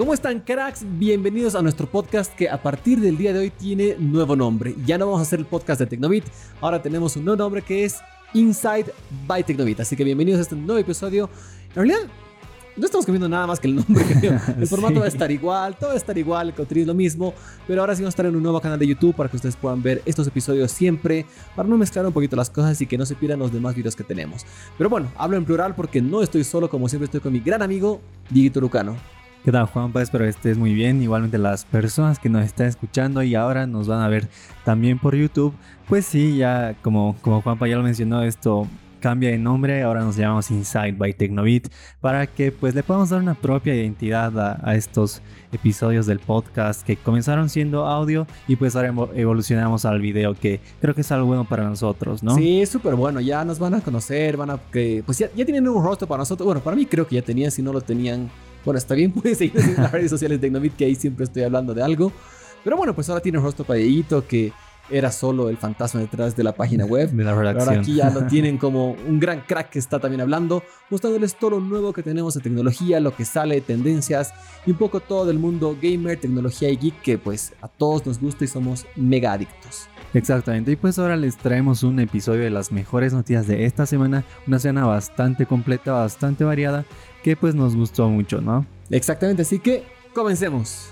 ¿Cómo están, cracks? Bienvenidos a nuestro podcast que a partir del día de hoy tiene nuevo nombre. Ya no vamos a hacer el podcast de Tecnobit, ahora tenemos un nuevo nombre que es Inside by Tecnobit. Así que bienvenidos a este nuevo episodio. En realidad, no estamos cambiando nada más que el nombre. El formato va a estar igual, todo va a estar igual, el contenido es lo mismo. Pero ahora sí vamos a estar en un nuevo canal de YouTube para que ustedes puedan ver estos episodios siempre, para no mezclar un poquito las cosas y que no se pierdan los demás videos que tenemos. Pero bueno, hablo en plural porque no estoy solo, como siempre estoy con mi gran amigo, Dieguito Lucano. ¿Qué tal, Juanpa? Espero que estés muy bien. Igualmente las personas que nos están escuchando y ahora nos van a ver también por YouTube. Pues sí, ya como Juanpa ya lo mencionó, esto cambia de nombre. Ahora nos llamamos Inside by Tecnobit para que pues le podamos dar una propia identidad a estos episodios del podcast que comenzaron siendo audio y pues ahora evolucionamos al video, que creo que es algo bueno para nosotros, ¿no? Sí, es súper bueno. Ya nos van a conocer, pues ya tienen un rostro para nosotros. Bueno, para mí creo que ya tenían, si no lo tenían... Bueno, está bien, pueden seguirnos en las redes sociales de Tecnobit, que ahí siempre estoy hablando de algo. Pero bueno, pues ahora tiene un rostro para Dieguito, que era solo el fantasma detrás de la página web. De la redacción. Pero ahora aquí ya lo tienen como un gran crack que está también hablando, mostrándoles todo lo nuevo que tenemos de tecnología, lo que sale, tendencias y un poco todo del mundo gamer, tecnología y geek, que pues a todos nos gusta y somos mega adictos. Exactamente, y pues ahora les traemos un episodio de las mejores noticias de esta semana, una semana bastante completa, bastante variada, que pues nos gustó mucho, ¿no? Exactamente, así que comencemos.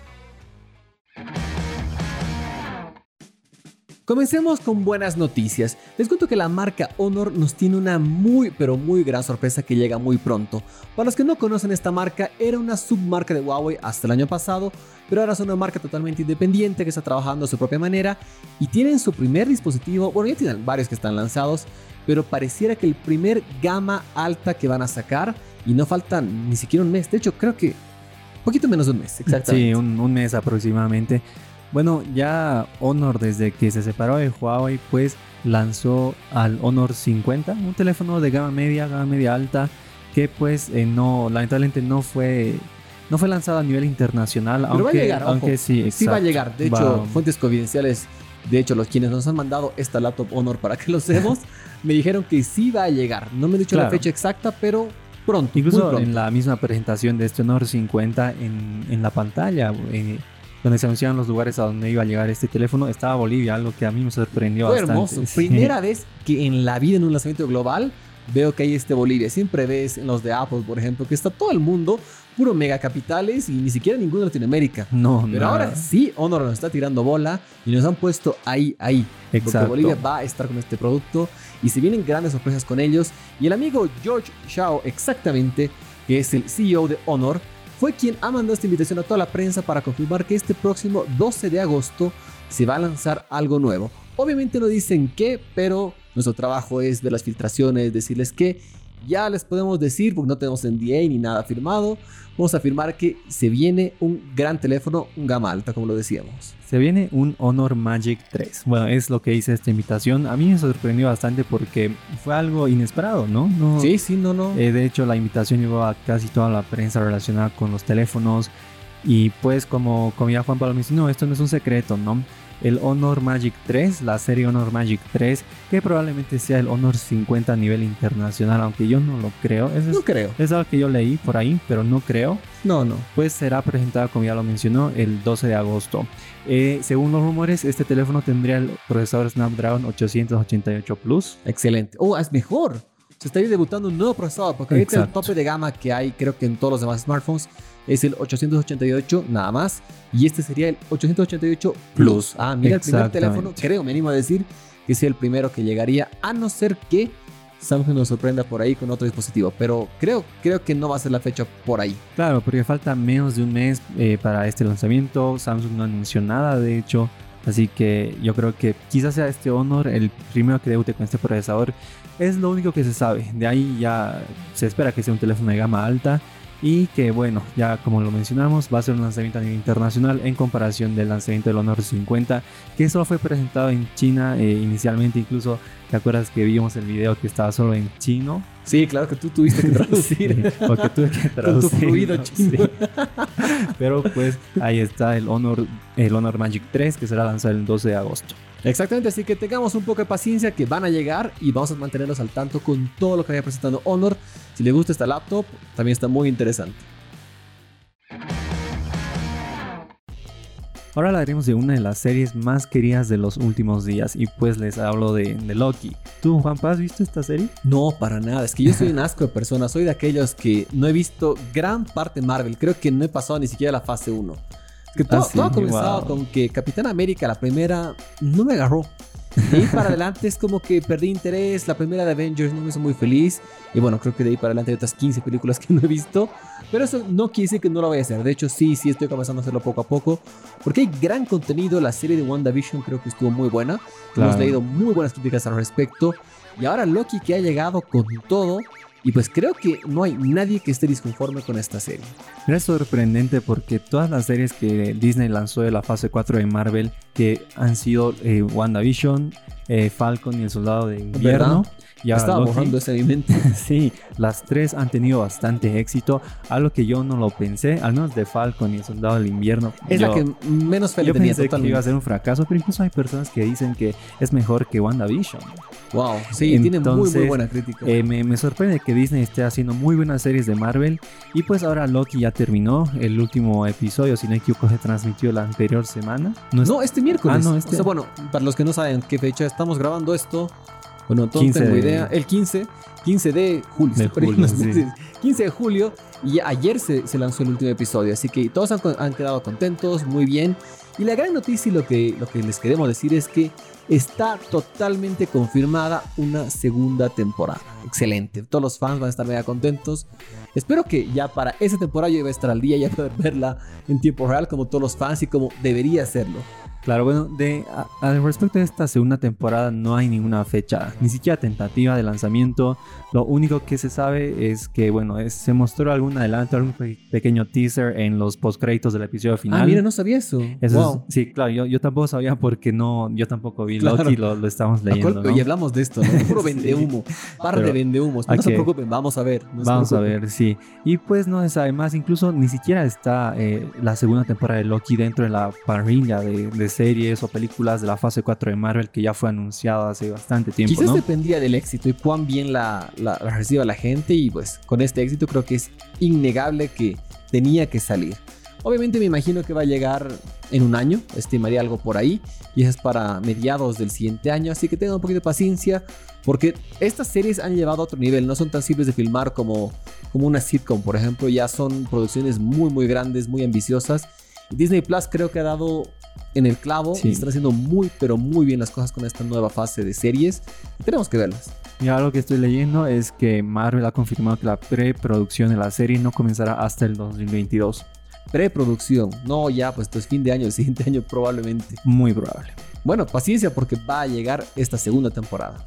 Comencemos con buenas noticias. Les cuento que la marca Honor nos tiene una muy gran sorpresa que llega muy pronto. Para los que no conocen esta marca, era una submarca de Huawei hasta el año pasado, pero ahora es una marca totalmente independiente que está trabajando a su propia manera y tienen su primer dispositivo. Bueno, ya tienen varios que están lanzados, pero pareciera que el primer gama alta que van a sacar, y no falta ni siquiera un mes. De hecho, creo que un poquito menos de un mes, exactamente. Sí, un mes aproximadamente. Bueno, ya Honor, desde que se separó de Huawei, pues lanzó al Honor 50, un teléfono de gama media alta, que pues lamentablemente no fue lanzado a nivel internacional. Pero va a llegar, aunque sí, exacto, sí va a llegar. De hecho, fuentes confidenciales, de hecho, quienes nos han mandado esta laptop Honor para que lo usemos, me dijeron que sí va a llegar. No me han dicho la fecha exacta, pero pronto. Incluso muy pronto. En la misma presentación de este Honor 50, en la pantalla, donde se anunciaban los lugares a donde iba a llegar este teléfono, estaba Bolivia, algo que a mí me sorprendió bastante. Hermoso. Sí. Primera vez que en la vida en un lanzamiento global veo que hay Bolivia. Siempre ves en los de Apple, por ejemplo, que está todo el mundo, puro megacapitales y ni siquiera ninguno de Latinoamérica. Pero ahora sí, Honor nos está tirando bola y nos han puesto ahí. Exacto. Porque Bolivia va a estar con este producto y se vienen grandes sorpresas con ellos. Y el amigo George Shao, exactamente, que es el CEO de Honor, fue quien ha mandado esta invitación a toda la prensa para confirmar que este próximo 12 de agosto se va a lanzar algo nuevo. Obviamente no dicen qué, pero nuestro trabajo es ver las filtraciones, decirles que ya les podemos decir, porque no tenemos NDA ni nada firmado. Vamos a afirmar que se viene un gran teléfono, un gama alta, como lo decíamos. Se viene un Honor Magic 3. Bueno, es lo que dice esta invitación. A mí me sorprendió bastante porque fue algo inesperado, ¿no? Sí, no. De hecho, la invitación llegó a casi toda la prensa relacionada con los teléfonos. Y pues, como ya Juan Pablo mencionó, esto no es un secreto, ¿no? El Honor Magic 3, la serie Honor Magic 3, que probablemente sea el Honor 50 a nivel internacional, aunque yo no lo creo. No creo. Es algo que yo leí por ahí, pero no creo. No. Pues será presentado, como ya lo mencionó, el 12 de agosto. Según los rumores, este teléfono tendría el procesador Snapdragon 888 Plus. Excelente. Es mejor. Se estaría debutando un nuevo procesador, porque ahorita el tope de gama que hay, creo que en todos los demás smartphones, es el 888 nada más, y este sería el 888 Plus. Mira, el primer teléfono, creo, me animo a decir, que sea el primero que llegaría, a no ser que Samsung nos sorprenda por ahí con otro dispositivo, pero creo que no va a ser la fecha por ahí. Claro, porque falta menos de un mes para este lanzamiento. Samsung no anunció nada, de hecho, así que yo creo que quizás sea este Honor el primero que debute con este procesador. Es lo único que se sabe. De ahí ya se espera que sea un teléfono de gama alta y que, bueno, ya como lo mencionamos, va a ser un lanzamiento a nivel internacional en comparación del lanzamiento del Honor 50, que solo fue presentado en China inicialmente. Incluso, ¿te acuerdas que vimos el video que estaba solo en chino? Sí, claro que tú tuviste que traducir. Sí, porque tuve que traducir. Con tu fluido chino. Sí. Pero pues ahí está el Honor Magic 3, que será lanzado el 12 de agosto. Exactamente, así que tengamos un poco de paciencia, que van a llegar y vamos a mantenerlos al tanto con todo lo que vaya presentando Honor. Si les gusta esta laptop, también está muy interesante. Ahora hablaremos de una de las series más queridas de los últimos días y pues les hablo de Loki. ¿Tú, Juanpa, has visto esta serie? No, para nada. Es que yo soy un asco de persona. Soy de aquellos que no he visto gran parte de Marvel. Creo que no he pasado ni siquiera la fase 1. Es que todo ha comenzado con que Capitán América, la primera, no me agarró. De ahí para adelante es como que perdí interés. La primera de Avengers no me hizo muy feliz. Y bueno, creo que de ahí para adelante hay otras 15 películas que no he visto. Pero eso no quiere decir que no lo vaya a hacer. De hecho, sí estoy comenzando a hacerlo poco a poco. Porque hay gran contenido. La serie de WandaVision creo que estuvo muy buena. Claro. Hemos leído muy buenas críticas al respecto. Y ahora Loki, que ha llegado con todo. Y pues creo que no hay nadie que esté disconforme con esta serie. Es sorprendente porque todas las series que Disney lanzó de la fase 4 de Marvel, que han sido WandaVision, Falcon y el Soldado de Invierno. Ya estaba borrando ese alimento. Sí, las tres han tenido bastante éxito, algo que yo no lo pensé, al menos de Falcon y el Soldado del Invierno. Es la que menos fe le tenía. Yo pensé que iba a ser un fracaso, pero incluso hay personas que dicen que es mejor que WandaVision. Wow, sí, entonces, tiene muy buena crítica. Me sorprende que Disney esté haciendo muy buenas series de Marvel. Y pues ahora Loki ya terminó. El último episodio, si no me equivoco, se transmitió la anterior semana. No, este miércoles. No, O sea, bueno, para los que no saben qué fecha estamos grabando esto, bueno, no tengo idea. El 15 de julio. 15 de julio. Y ayer se lanzó el último episodio. Así que todos han quedado contentos, muy bien. Y la gran noticia y lo que les queremos decir es que está totalmente confirmada una segunda temporada. Excelente. Todos los fans van a estar mega contentos. Espero que ya para esa temporada yo iba a estar al día, ya poder verla en tiempo real como todos los fans y como debería serlo. Claro, bueno, al respecto de esta segunda temporada no hay ninguna fecha, ni siquiera tentativa de lanzamiento. Lo único que se sabe es que, bueno, se mostró algún adelanto, algún pequeño teaser en los postcréditos del episodio final. Ah, mira, no sabía eso. Wow. Sí, claro, yo tampoco sabía porque yo tampoco vi Loki, lo estamos leyendo, ¿no? Y hablamos de esto, ¿no? Puro vendehumo, par de vendehumos. No se preocupen, vamos a ver. Vamos a ver, sí. Y pues no se sabe más, incluso ni siquiera está la segunda temporada de Loki dentro de la parrilla de series o películas de la fase 4 de Marvel que ya fue anunciada hace bastante tiempo. Quizás ¿no? dependía del éxito y cuán bien la reciba la gente, y pues con este éxito creo que es innegable que tenía que salir. Obviamente me imagino que va a llegar en un año, estimaría algo por ahí, y es para mediados del siguiente año, así que tengan un poquito de paciencia porque estas series han llevado a otro nivel, no son tan simples de filmar como una sitcom, por ejemplo. Ya son producciones muy muy grandes, muy ambiciosas. Disney Plus creo que ha dado en el clavo, sí. Y están haciendo muy pero muy bien las cosas con esta nueva fase de series y tenemos que verlas. Y ahora lo que estoy leyendo es que Marvel ha confirmado que la preproducción de la serie no comenzará hasta el 2022. Preproducción, no, ya pues esto es fin de año, el siguiente año probablemente. Muy probable. Bueno, paciencia porque va a llegar esta segunda temporada.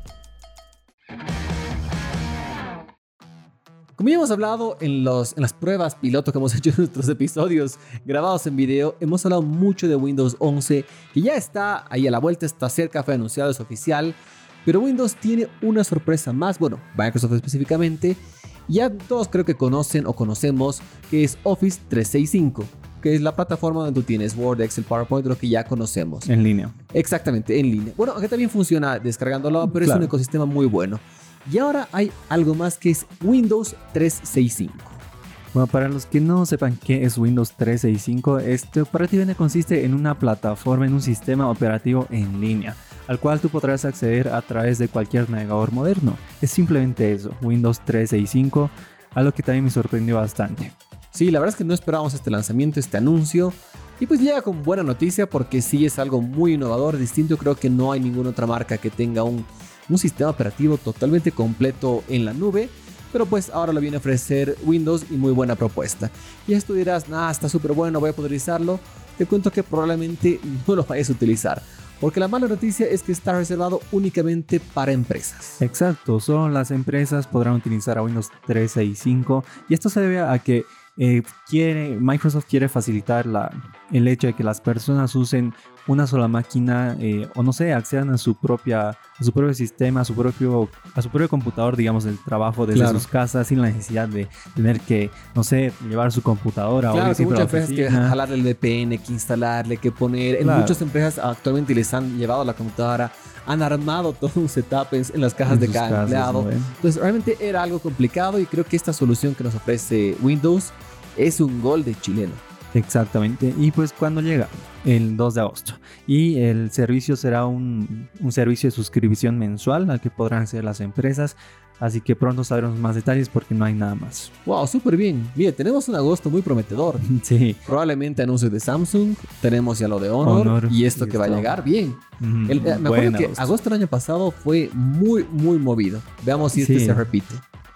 Como ya hemos hablado en las pruebas piloto que hemos hecho en nuestros episodios grabados en video, hemos hablado mucho de Windows 11, que ya está ahí a la vuelta, está cerca, fue anunciado, es oficial. Pero Windows tiene una sorpresa más, bueno, Microsoft específicamente. Ya todos creo que conocen o conocemos que es Office 365, que es la plataforma donde tú tienes Word, Excel, PowerPoint, lo que ya conocemos. En línea. Exactamente, en línea. Bueno, aquí también funciona descargándolo, pero claro, es un ecosistema muy bueno. Y ahora hay algo más que es Windows 365. Bueno, para los que no sepan qué es Windows 365, este prácticamente consiste en una plataforma, en un sistema operativo en línea, al cual tú podrás acceder a través de cualquier navegador moderno. Es simplemente eso, Windows 365, algo que también me sorprendió bastante. Sí, la verdad es que no esperábamos este lanzamiento, este anuncio, y pues llega con buena noticia porque sí es algo muy innovador, distinto. Creo que no hay ninguna otra marca que tenga un sistema operativo totalmente completo en la nube. Pero pues ahora lo viene a ofrecer Windows y muy buena propuesta. Y esto dirás, está súper bueno, voy a poder utilizarlo. Te cuento que probablemente no lo vayas a utilizar, porque la mala noticia es que está reservado únicamente para empresas. Exacto, solo las empresas podrán utilizar a Windows 365 y esto se debe a que Microsoft quiere facilitar el hecho de que las personas usen una sola máquina o no sé, accedan a su propio sistema, a su propio computador, digamos, del trabajo desde sus casas, sin la necesidad de tener que, no sé, llevar su computadora. Claro, o que muchas empresas que jalarle el VPN, que instalarle, que poner. Claro. En muchas empresas actualmente les han llevado la computadora, han armado todo un setup en las cajas de cada empleado. ¿No? Entonces realmente era algo complicado y creo que esta solución que nos ofrece Windows es un gol de chileno. Exactamente. Y pues cuando llega el 2 de agosto. Y el servicio será un servicio de suscripción mensual al que podrán acceder las empresas. Así que pronto sabremos más detalles porque no hay nada más. Wow, súper bien. Mire, tenemos un agosto muy prometedor. Sí. Probablemente anuncios de Samsung. Tenemos ya lo de Honor y esto que va a llegar. Bien. Me acuerdo que agosto del año pasado fue muy, muy movido. Veamos si este se repite.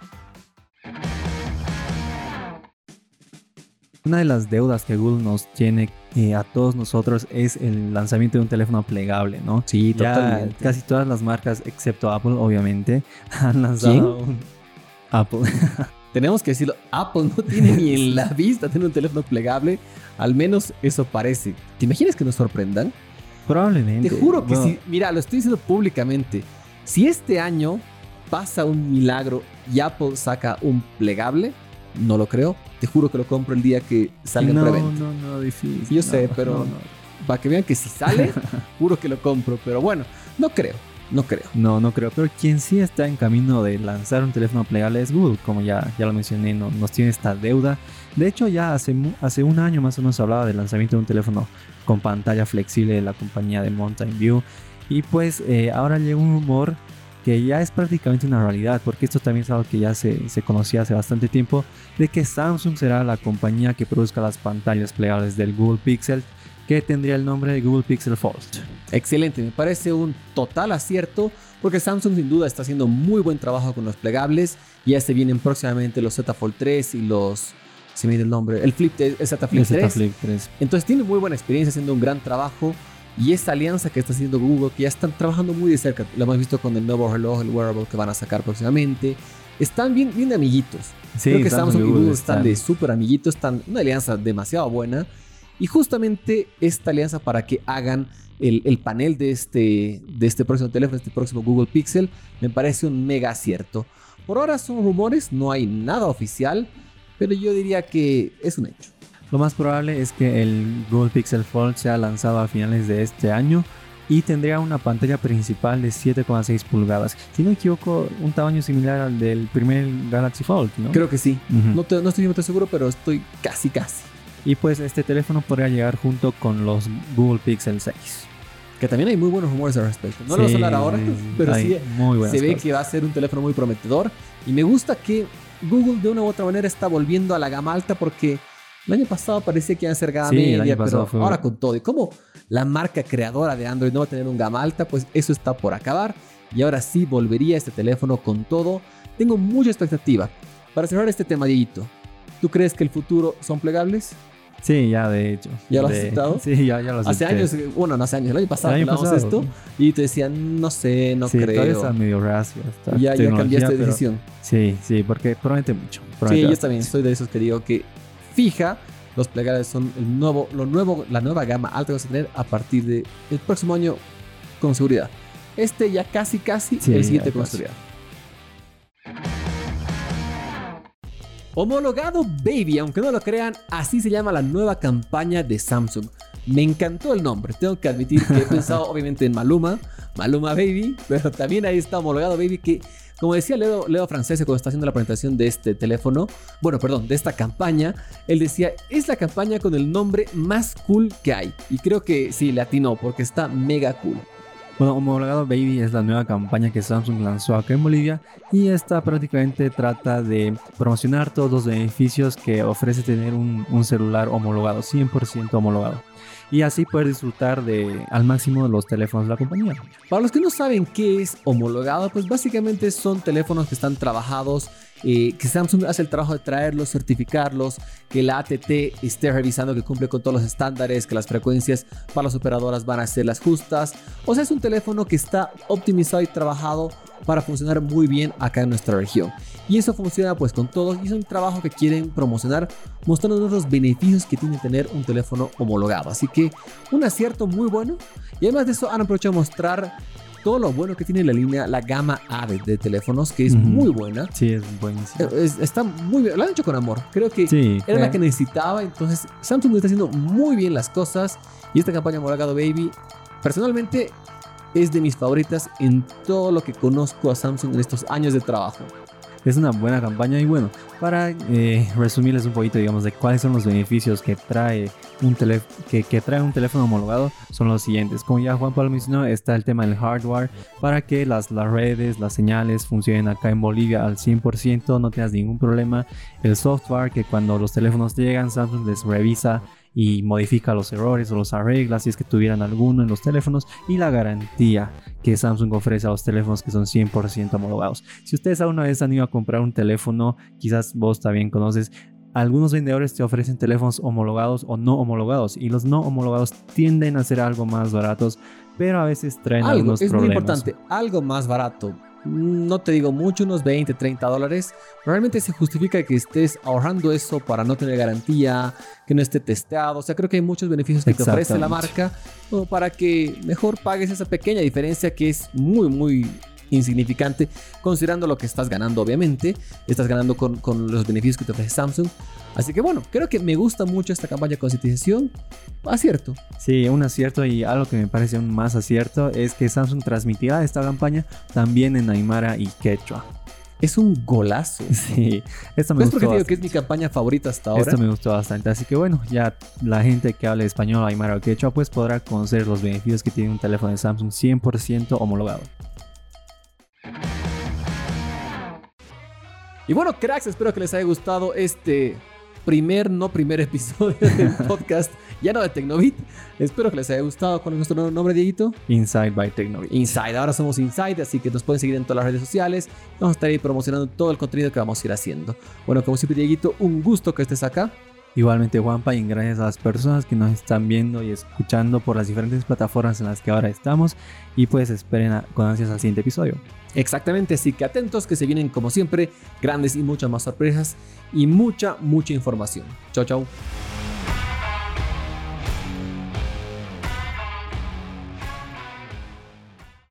Una de las deudas que Google nos tiene a todos nosotros es el lanzamiento de un teléfono plegable, ¿no? Sí, ya totalmente. Casi todas las marcas, excepto Apple, obviamente, han lanzado Apple. Tenemos que decirlo, Apple no tiene ni en la vista tener un teléfono plegable. Al menos eso parece. ¿Te imaginas que nos sorprendan? Probablemente. Te juro que sí. Mira, lo estoy diciendo públicamente. Si este año pasa un milagro y Apple saca un plegable, no lo creo. Te juro que lo compro el día que salga en preventa. No, difícil. Yo sé, pero para que vean que si sale, juro que lo compro. Pero bueno, no creo. No creo. Pero quien sí está en camino de lanzar un teléfono plegable es Google. Como ya lo mencioné, nos tiene esta deuda. De hecho, ya hace un año más o menos hablaba del lanzamiento de un teléfono con pantalla flexible de la compañía de Mountain View. Y pues ahora llega un rumor que ya es prácticamente una realidad, porque esto también es algo que ya se conocía hace bastante tiempo, de que Samsung será la compañía que produzca las pantallas plegables del Google Pixel, que tendría el nombre de Google Pixel Fold. Excelente, me parece un total acierto, porque Samsung sin duda está haciendo muy buen trabajo con los plegables. Ya se vienen próximamente los Z Fold 3 y los... se me viene el nombre, el Z Flip 3. Entonces tiene muy buena experiencia haciendo un gran trabajo. Y esta alianza que está haciendo Google, que ya están trabajando muy de cerca, lo hemos visto con el nuevo reloj, el wearable que van a sacar próximamente, están bien de amiguitos. Sí, creo que Samsung y Google están de súper amiguitos, están una alianza demasiado buena. Y justamente esta alianza para que hagan el panel de este próximo teléfono, este próximo Google Pixel, me parece un mega acierto. Por ahora son rumores, no hay nada oficial, pero yo diría que es un hecho. Lo más probable es que el Google Pixel Fold sea lanzado a finales de este año y tendría una pantalla principal de 7,6 pulgadas. Si no me equivoco, un tamaño similar al del primer Galaxy Fold, ¿no? Creo que sí. No estoy muy seguro, pero estoy casi. Y pues este teléfono podría llegar junto con los Google Pixel 6. Que también hay muy buenos rumores al respecto. No lo vamos a hablar ahora, pero sí se ve que va a ser un teléfono muy prometedor. Y me gusta que Google de una u otra manera está volviendo a la gama alta, porque el año pasado parecía que iba a ser gama media, pero ahora con todo. Y como la marca creadora de Android no va a tener un gama alta, pues eso está por acabar. Y ahora sí volvería este teléfono con todo. Tengo mucha expectativa. Para cerrar este tema, Dieguito, ¿tú crees que el futuro son plegables? Sí, ya de hecho. ¿Ya lo has aceptado? Sí, ya lo acepté. Hace años, no hace años, el año pasado hablamos esto y te decían, no sé, no creo. Todavía está medio racio. Ya cambiaste de decisión. Sí, porque promete mucho. Sí, yo también soy de esos que digo que fija, los plegables son la nueva gama alta que vamos a tener a partir del próximo año con seguridad. Ya casi, el siguiente con seguridad. Homologado Baby, aunque no lo crean, así se llama la nueva campaña de Samsung. Me encantó el nombre, tengo que admitir que he pensado obviamente en Maluma Baby, pero también ahí está Homologado Baby, que como decía Leo Francese cuando está haciendo la presentación de este teléfono, de esta campaña, él decía, es la campaña con el nombre más cool que hay. Y creo que sí, le atinó porque está mega cool. Bueno, Homologado Baby es la nueva campaña que Samsung lanzó acá en Bolivia y esta prácticamente trata de promocionar todos los beneficios que ofrece tener un celular homologado, 100% homologado. Y así poder disfrutar al máximo de los teléfonos de la compañía. Para los que no saben qué es homologado, pues básicamente son teléfonos que están trabajados, que Samsung hace el trabajo de traerlos, certificarlos, que la ATT esté revisando que cumple con todos los estándares, que las frecuencias para las operadoras van a ser las justas. O sea, es un teléfono que está optimizado y trabajado para funcionar muy bien acá en nuestra región. Y eso funciona pues con todos y es un trabajo que quieren promocionar, mostrándonos los beneficios que tiene tener un teléfono homologado. Así que un acierto muy bueno. Y además de eso han aprovechado a mostrar todo lo bueno que tiene la gama A de teléfonos, que es muy buena. Sí, es buenísimo. Está muy bien, lo han hecho con amor. Creo que era la que necesitaba. Entonces Samsung está haciendo muy bien las cosas. Y esta campaña Homologado Baby, personalmente, es de mis favoritas en todo lo que conozco a Samsung en estos años de trabajo. es una buena campaña. Y bueno, para resumirles un poquito, digamos, de cuáles son los beneficios que trae que trae un teléfono homologado, son los siguientes. Como ya Juan Pablo mencionó, está el tema del hardware para que las redes, las señales funcionen acá en Bolivia al 100%, no tengas ningún problema. El software, que cuando los teléfonos llegan, Samsung les revisa y modifica los errores o los arregla si es que tuvieran alguno en los teléfonos. Y la garantía que Samsung ofrece a los teléfonos que son 100% homologados. Si ustedes alguna vez han ido a comprar un teléfono, quizás vos también conoces, algunos vendedores te ofrecen teléfonos homologados o no homologados, y los no homologados tienden a ser algo más baratos, pero a veces traen algunos problemas. Es muy importante, algo más barato. No te digo mucho, unos 20, 30 dólares. Realmente se justifica que estés ahorrando eso para no tener garantía, que no esté testeado. O sea, creo que hay muchos beneficios que te ofrece la marca, como para que mejor pagues esa pequeña diferencia que es muy, muy insignificante, considerando lo que estás ganando. Obviamente estás ganando con los beneficios que te ofrece Samsung. Así que bueno, creo que me gusta mucho esta campaña de concientización. Acierto. Sí, un acierto, y algo que me parece un más acierto es que Samsung transmitirá esta campaña también en Aymara y Quechua. Es un golazo. Sí, esto me gustó. Es porque digo que es mi campaña favorita hasta ahora. Esto me gustó bastante. Así que bueno, ya la gente que hable español, Aymara o Quechua, pues podrá conocer los beneficios que tiene un teléfono de Samsung 100% homologado. Y bueno, cracks, espero que les haya gustado este primer episodio del podcast, ya no de Tecnovit. Espero que les haya gustado. ¿Cuál es nuestro nombre, Dieguito? Inside by Tecnovit. Inside, ahora somos Inside, así que nos pueden seguir en todas las redes sociales. Vamos a estar ahí promocionando todo el contenido que vamos a ir haciendo. Bueno, como siempre, Dieguito, un gusto que estés acá. Igualmente, Juanpa, y gracias a las personas que nos están viendo y escuchando por las diferentes plataformas en las que ahora estamos. Y pues esperen con ansias al siguiente episodio. Exactamente, así que atentos, que se vienen como siempre grandes y muchas más sorpresas y mucha información. Chao, chao.